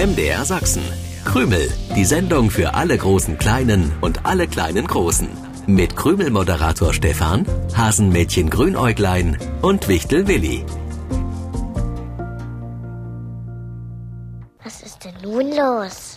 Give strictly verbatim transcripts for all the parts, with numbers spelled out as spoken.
M D R Sachsen. Krümel, die Sendung für alle großen Kleinen und alle kleinen Großen. Mit Krümel-Moderator Stefan, Hasenmädchen Grünäuglein und Wichtel Willi. Was ist denn nun los?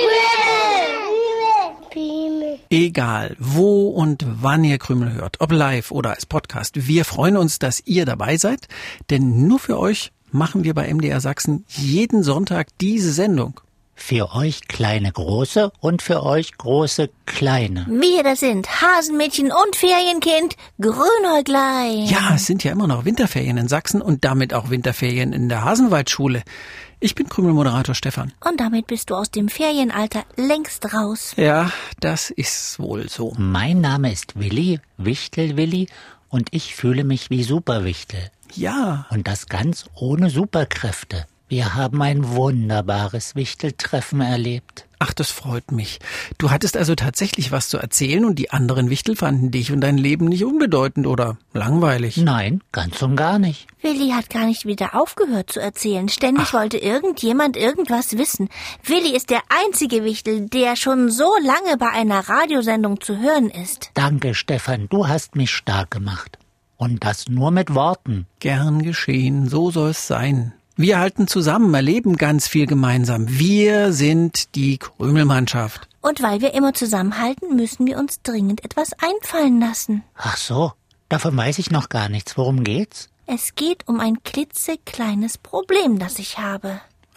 Krümel! Krümel! Egal, wo und wann ihr Krümel hört, ob live oder als Podcast, wir freuen uns, dass ihr dabei seid, denn nur für euch machen wir bei M D R Sachsen jeden Sonntag diese Sendung. Für euch kleine Große und für euch große Kleine. Wir, das sind Hasenmädchen und Ferienkind Grünäuglein. Ja, es sind ja immer noch Winterferien in Sachsen und damit auch Winterferien in der Hasenwaldschule. Ich bin Krümel-Moderator Stefan. Und damit bist du aus dem Ferienalter längst raus. Ja, das ist wohl so. Mein Name ist Willi, Wichtel Willi, und ich fühle mich wie Superwichtel. Ja. Und das ganz ohne Superkräfte. Wir haben ein wunderbares Wichteltreffen erlebt. Ach, das freut mich. Du hattest also tatsächlich was zu erzählen und die anderen Wichtel fanden dich und dein Leben nicht unbedeutend oder langweilig. Nein, ganz und gar nicht. Willi hat gar nicht wieder aufgehört zu erzählen. Ständig Ach. wollte irgendjemand irgendwas wissen. Willi ist der einzige Wichtel, der schon so lange bei einer Radiosendung zu hören ist. Danke, Stefan, du hast mich stark gemacht. Und das nur mit Worten. Gern geschehen, so soll es sein. Wir halten zusammen, erleben ganz viel gemeinsam. Wir sind die Krümelmannschaft. Und weil wir immer zusammenhalten, müssen wir uns dringend etwas einfallen lassen. Ach so, davon weiß ich noch gar nichts. Worum geht's? Es geht um ein klitzekleines Problem, das ich habe.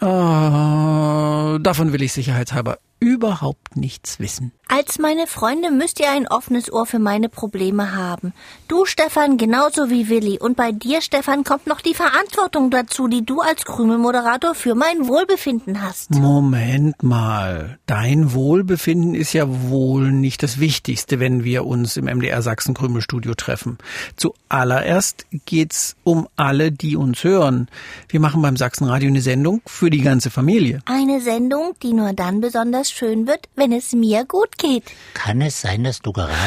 Oh, davon will ich sicherheitshalber überhaupt nichts wissen. Als meine Freunde müsst ihr ein offenes Ohr für meine Probleme haben. Du, Stefan, genauso wie Willi. Und bei dir, Stefan, kommt noch die Verantwortung dazu, die du als Krümelmoderator für mein Wohlbefinden hast. Moment mal. Dein Wohlbefinden ist ja wohl nicht das Wichtigste, wenn wir uns im M D R Sachsen Krümelstudio treffen. Zuallererst geht's um alle, die uns hören. Wir machen beim Sachsenradio eine Sendung für die ganze Familie. Eine Sendung, die nur dann besonders schön wird, wenn es mir gut geht. Kann es sein, dass du gerade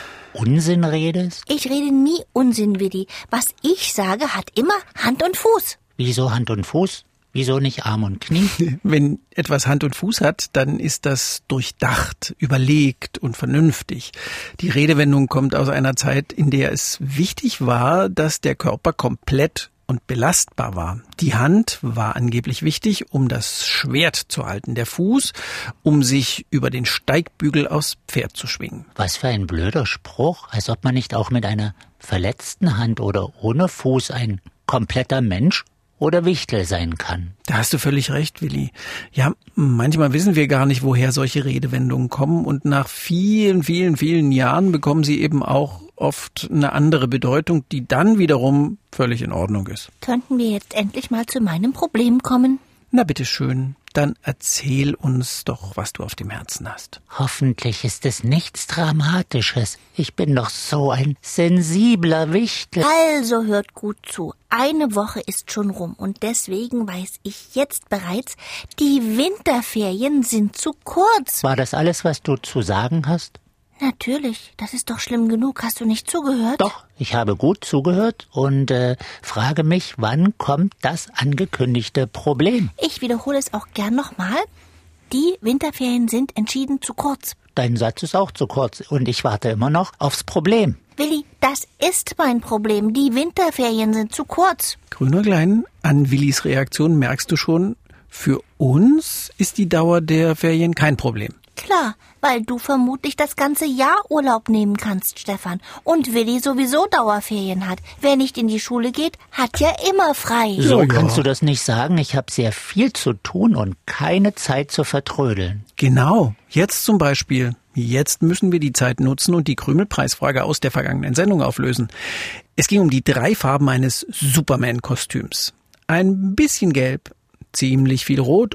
Unsinn redest? Ich rede nie Unsinn, Willi. Was ich sage, hat immer Hand und Fuß. Wieso Hand und Fuß? Wieso nicht Arm und Knie? Wenn etwas Hand und Fuß hat, dann ist das durchdacht, überlegt und vernünftig. Die Redewendung kommt aus einer Zeit, in der es wichtig war, dass der Körper komplett und belastbar war. Die Hand war angeblich wichtig, um das Schwert zu halten, der Fuß, um sich über den Steigbügel aufs Pferd zu schwingen. Was für ein blöder Spruch, als ob man nicht auch mit einer verletzten Hand oder ohne Fuß ein kompletter Mensch oder Wichtel sein kann. Da hast du völlig recht, Willi. Ja, manchmal wissen wir gar nicht, woher solche Redewendungen kommen und nach vielen, vielen, vielen Jahren bekommen sie eben auch oft eine andere Bedeutung, die dann wiederum völlig in Ordnung ist. Könnten wir jetzt endlich mal zu meinem Problem kommen? Na bitteschön, dann erzähl uns doch, was du auf dem Herzen hast. Hoffentlich ist es nichts Dramatisches. Ich bin doch so ein sensibler Wichtel. Also hört gut zu. Eine Woche ist schon rum und deswegen weiß ich jetzt bereits, die Winterferien sind zu kurz. War das alles, was du zu sagen hast? Natürlich, das ist doch schlimm genug. Hast du nicht zugehört? Doch, ich habe gut zugehört und äh, frage mich, wann kommt das angekündigte Problem? Ich wiederhole es auch gern nochmal. Die Winterferien sind entschieden zu kurz. Dein Satz ist auch zu kurz und ich warte immer noch aufs Problem. Willi, das ist mein Problem. Die Winterferien sind zu kurz. Grünäuglein, an Willis Reaktion merkst du schon, für uns ist die Dauer der Ferien kein Problem. Klar, weil du vermutlich das ganze Jahr Urlaub nehmen kannst, Stefan. Und Willi sowieso Dauerferien hat. Wer nicht in die Schule geht, hat ja immer frei. So Ja, ja. kannst du das nicht sagen. Ich habe sehr viel zu tun und keine Zeit zu vertrödeln. Genau, jetzt zum Beispiel. Jetzt müssen wir die Zeit nutzen und die Krümelpreisfrage aus der vergangenen Sendung auflösen. Es ging um die drei Farben eines Superman-Kostüms. Ein bisschen gelb, ziemlich viel rot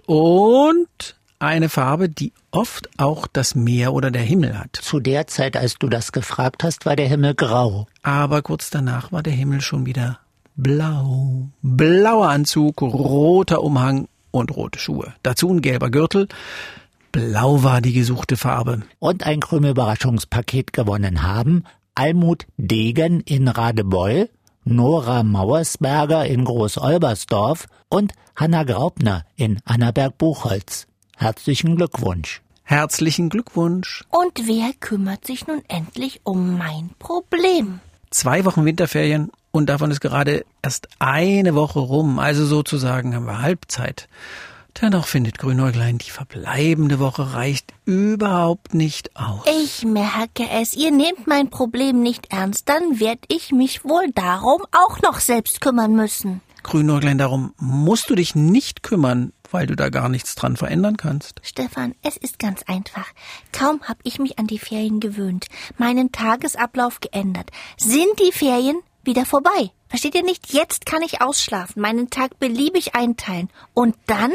und eine Farbe, die oft auch das Meer oder der Himmel hat. Zu der Zeit, als du das gefragt hast, war der Himmel grau. Aber kurz danach war der Himmel schon wieder blau. Blauer Anzug, roter Umhang und rote Schuhe. Dazu ein gelber Gürtel. Blau war die gesuchte Farbe. Und ein Krümel-Überraschungspaket gewonnen haben Almut Degen in Radebeul, Nora Mauersberger in Groß-Olbersdorf und Hanna Graupner in Annaberg-Buchholz. Herzlichen Glückwunsch. Herzlichen Glückwunsch. Und wer kümmert sich nun endlich um mein Problem? Zwei Wochen Winterferien und davon ist gerade erst eine Woche rum. Also sozusagen haben wir Halbzeit. Dennoch findet Grünäuglein, die verbleibende Woche reicht überhaupt nicht aus. Ich merke es, ihr nehmt mein Problem nicht ernst, dann werd ich mich wohl darum auch noch selbst kümmern müssen. Grünäuglein, darum musst du dich nicht kümmern, weil du da gar nichts dran verändern kannst. Stefan, es ist ganz einfach. Kaum hab ich mich an die Ferien gewöhnt, meinen Tagesablauf geändert, sind die Ferien wieder vorbei. Versteht ihr nicht? Jetzt kann ich ausschlafen, meinen Tag beliebig einteilen. Und dann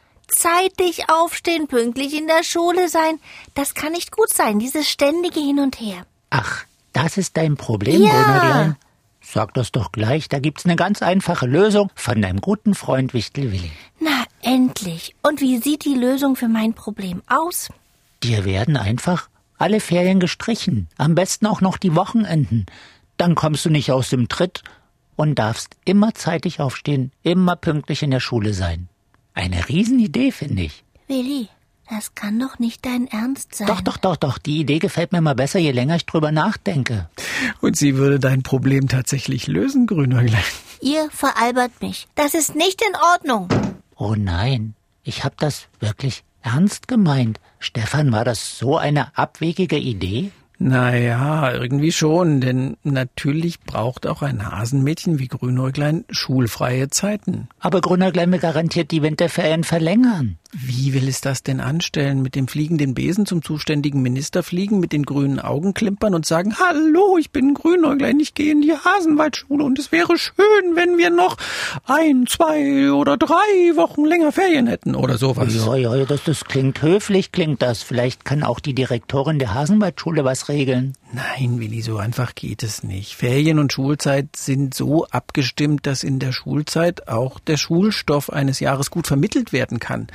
zeitig aufstehen, pünktlich in der Schule sein. Das kann nicht gut sein, dieses ständige Hin und Her. Ach, das ist dein Problem, Ja. Grünäuglein? Sag das doch gleich, da gibt's eine ganz einfache Lösung von deinem guten Freund Wichtel Willi. Na, endlich. Und wie sieht die Lösung für mein Problem aus? Dir werden einfach alle Ferien gestrichen, am besten auch noch die Wochenenden. Dann kommst du nicht aus dem Tritt und darfst immer zeitig aufstehen, immer pünktlich in der Schule sein. Eine Riesenidee, finde ich. Willi, das kann doch nicht dein Ernst sein. Doch, doch, doch, doch, die Idee gefällt mir immer besser, je länger ich drüber nachdenke. Und sie würde dein Problem tatsächlich lösen, Grünäuglein. Ihr veralbert mich. Das ist nicht in Ordnung. Oh nein, ich hab das wirklich ernst gemeint. Stefan, war das so eine abwegige Idee? Naja, irgendwie schon, denn natürlich braucht auch ein Hasenmädchen wie Grünäuglein schulfreie Zeiten. Aber Grünäuglein will garantiert die Winterferien verlängern. Wie will es das denn anstellen? Mit dem fliegenden Besen zum zuständigen Minister fliegen, mit den grünen Augen klimpern und sagen, hallo, ich bin Grünäuglein, ich gehe in die Hasenwaldschule und es wäre schön, wenn wir noch ein, zwei oder drei Wochen länger Ferien hätten oder sowas. Ja, ja, das, das klingt höflich, klingt das. Vielleicht kann auch die Direktorin der Hasenwaldschule was regeln. Nein, Willi, so einfach geht es nicht. Ferien und Schulzeit sind so abgestimmt, dass in der Schulzeit auch der Schulstoff eines Jahres gut vermittelt werden kann.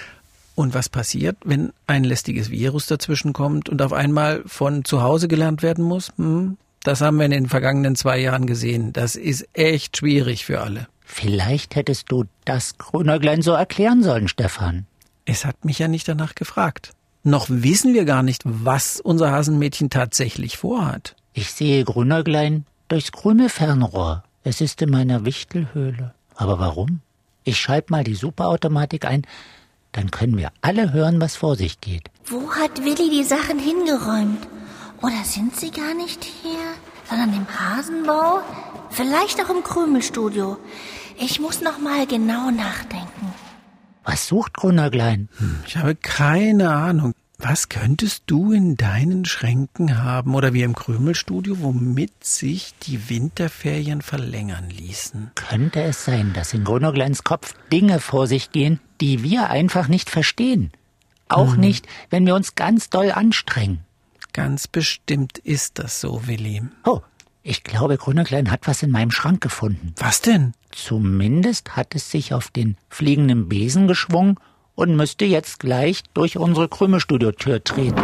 Und was passiert, wenn ein lästiges Virus dazwischen kommt und auf einmal von zu Hause gelernt werden muss? Hm, das haben wir in den vergangenen zwei Jahren gesehen. Das ist echt schwierig für alle. Vielleicht hättest du das Grünäuglein so erklären sollen, Stefan. Es hat mich ja nicht danach gefragt. Noch wissen wir gar nicht, was unser Hasenmädchen tatsächlich vorhat. Ich sehe Grünäuglein durchs grüne Fernrohr. Es ist in meiner Wichtelhöhle. Aber warum? Ich schalte mal die Superautomatik ein, dann können wir alle hören, was vor sich geht. Wo hat Willi die Sachen hingeräumt? Oder sind sie gar nicht hier, sondern im Hasenbau? Vielleicht auch im Krümelstudio. Ich muss noch mal genau nachdenken. Was sucht Grünäuglein? Hm, ich habe keine Ahnung. Was könntest du in deinen Schränken haben oder wie im Krümelstudio, womit sich die Winterferien verlängern ließen? Könnte es sein, dass in Grünäugleins Kopf Dinge vor sich gehen, die wir einfach nicht verstehen? Auch hm. nicht, wenn wir uns ganz doll anstrengen. Ganz bestimmt ist das so, Willi. Oh, ich glaube, Grünäuglein hat was in meinem Schrank gefunden. Was denn? Zumindest hat es sich auf den fliegenden Besen geschwungen und müsste jetzt gleich durch unsere Krümelstudio-Tür treten.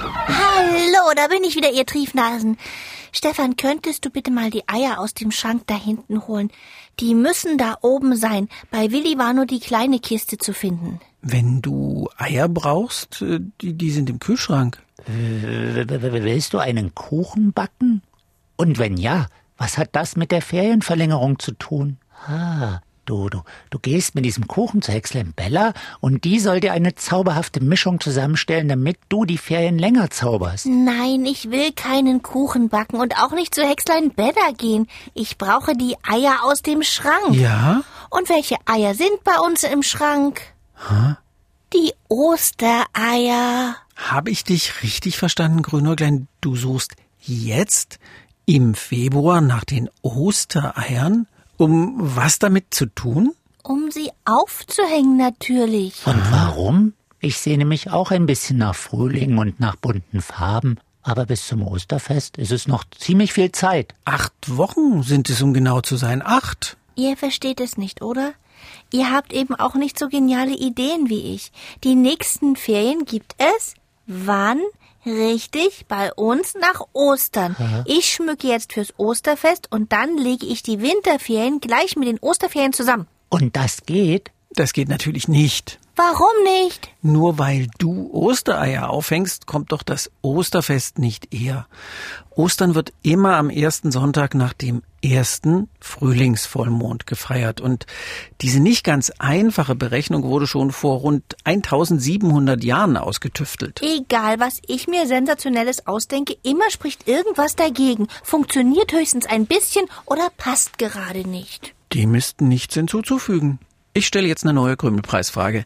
Hallo, da bin ich wieder, ihr Triefnasen. Stefan, könntest du bitte mal die Eier aus dem Schrank da hinten holen? Die müssen da oben sein. Bei Willi war nur die kleine Kiste zu finden. Wenn du Eier brauchst, die, die sind im Kühlschrank. Willst du einen Kuchen backen? Und wenn ja, was hat das mit der Ferienverlängerung zu tun? Ah, du, du, du gehst mit diesem Kuchen zur Hexlein Bella und die soll dir eine zauberhafte Mischung zusammenstellen, damit du die Ferien länger zauberst. Nein, ich will keinen Kuchen backen und auch nicht zu Hexlein Bella gehen. Ich brauche die Eier aus dem Schrank. Ja? Und welche Eier sind bei uns im Schrank? Hä? Die Ostereier. Habe ich dich richtig verstanden, Grünäuglein? Du suchst jetzt im Februar nach den Ostereiern? Um was damit zu tun? Um sie aufzuhängen natürlich. Und warum? Ich sehne mich auch ein bisschen nach Frühling und nach bunten Farben. Aber bis zum Osterfest ist es noch ziemlich viel Zeit. Acht Wochen sind es, um genau zu sein. Acht. Ihr versteht es nicht, oder? Ihr habt eben auch nicht so geniale Ideen wie ich. Die nächsten Ferien gibt es Wann? Richtig, bei uns nach Ostern. Aha. Ich schmücke jetzt fürs Osterfest und dann lege ich die Winterferien gleich mit den Osterferien zusammen. Und das geht? Das geht natürlich nicht. Warum nicht? Nur weil du Ostereier aufhängst, kommt doch das Osterfest nicht eher. Ostern wird immer am ersten Sonntag nach dem ersten Frühlingsvollmond gefeiert. Und diese nicht ganz einfache Berechnung wurde schon vor rund eintausendsiebenhundert Jahren ausgetüftelt. Egal, was ich mir Sensationelles ausdenke, immer spricht irgendwas dagegen. Funktioniert höchstens ein bisschen oder passt gerade nicht. Dem ist nichts hinzuzufügen. Ich stelle jetzt eine neue Krümelpreisfrage.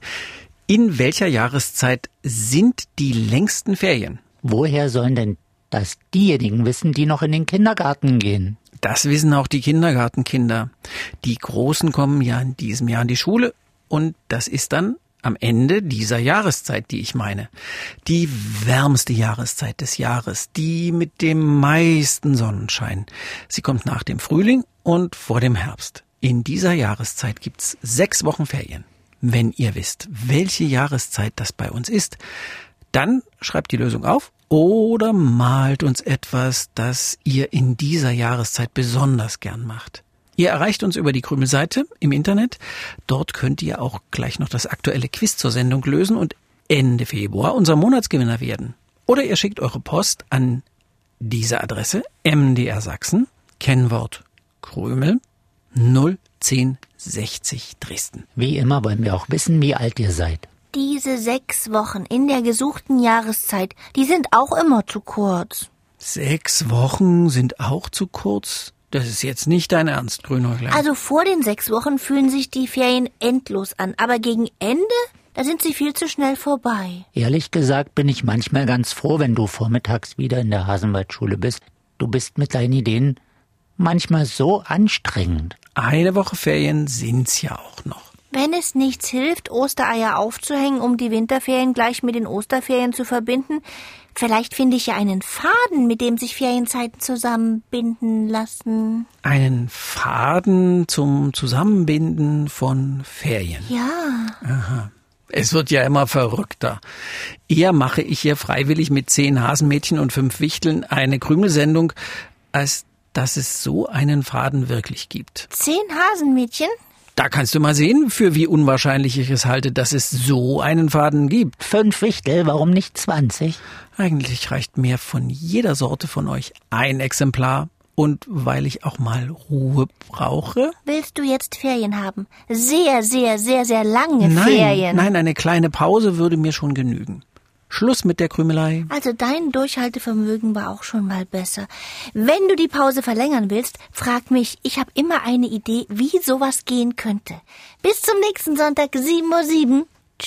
In welcher Jahreszeit sind die längsten Ferien? Woher sollen denn das diejenigen wissen, die noch in den Kindergarten gehen? Das wissen auch die Kindergartenkinder. Die Großen kommen ja in diesem Jahr in die Schule und das ist dann am Ende dieser Jahreszeit, die ich meine. Die wärmste Jahreszeit des Jahres, die mit dem meisten Sonnenschein. Sie kommt nach dem Frühling und vor dem Herbst. In dieser Jahreszeit gibt's sechs Wochen Ferien. Wenn ihr wisst, welche Jahreszeit das bei uns ist, dann schreibt die Lösung auf oder malt uns etwas, das ihr in dieser Jahreszeit besonders gern macht. Ihr erreicht uns über die Krümel-Seite im Internet. Dort könnt ihr auch gleich noch das aktuelle Quiz zur Sendung lösen und Ende Februar unser Monatsgewinner werden. Oder ihr schickt eure Post an diese Adresse M D R Sachsen, Kennwort Krümel, null zehn sechzig Dresden. Wie immer wollen wir auch wissen, wie alt ihr seid. Diese sechs Wochen in der gesuchten Jahreszeit, die sind auch immer zu kurz. Sechs Wochen sind auch zu kurz? Das ist jetzt nicht dein Ernst, Grünäuglein. Also vor den sechs Wochen fühlen sich die Ferien endlos an, aber gegen Ende, da sind sie viel zu schnell vorbei. Ehrlich gesagt bin ich manchmal ganz froh, wenn du vormittags wieder in der Hasenwaldschule bist. Du bist mit deinen Ideen manchmal so anstrengend. Eine Woche Ferien sind's ja auch noch. Wenn es nichts hilft, Ostereier aufzuhängen, um die Winterferien gleich mit den Osterferien zu verbinden, vielleicht finde ich ja einen Faden, mit dem sich Ferienzeiten zusammenbinden lassen. Einen Faden zum Zusammenbinden von Ferien. Ja. Aha. Es wird ja immer verrückter. Eher mache ich hier freiwillig mit zehn Hasenmädchen und fünf Wichteln eine Krümelsendung, als dass es so einen Faden wirklich gibt. Zehn Hasenmädchen? Da kannst du mal sehen, für wie unwahrscheinlich ich es halte, dass es so einen Faden gibt. Fünf Wichtel, warum nicht zwanzig? Eigentlich reicht mir von jeder Sorte von euch ein Exemplar. Und weil ich auch mal Ruhe brauche. Willst du jetzt Ferien haben? Sehr, sehr, sehr, sehr lange nein, Ferien. Nein, eine kleine Pause würde mir schon genügen. Schluss mit der Krümelei. Also dein Durchhaltevermögen war auch schon mal besser. Wenn du die Pause verlängern willst, frag mich. Ich habe immer eine Idee, wie sowas gehen könnte. Bis zum nächsten Sonntag, sieben Uhr sieben.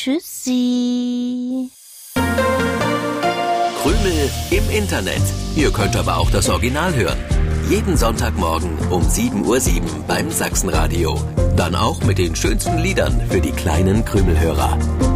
Tschüssi. Krümel im Internet. Ihr könnt aber auch das Original hören. Jeden Sonntagmorgen um sieben Uhr sieben beim Sachsenradio. Dann auch mit den schönsten Liedern für die kleinen Krümelhörer.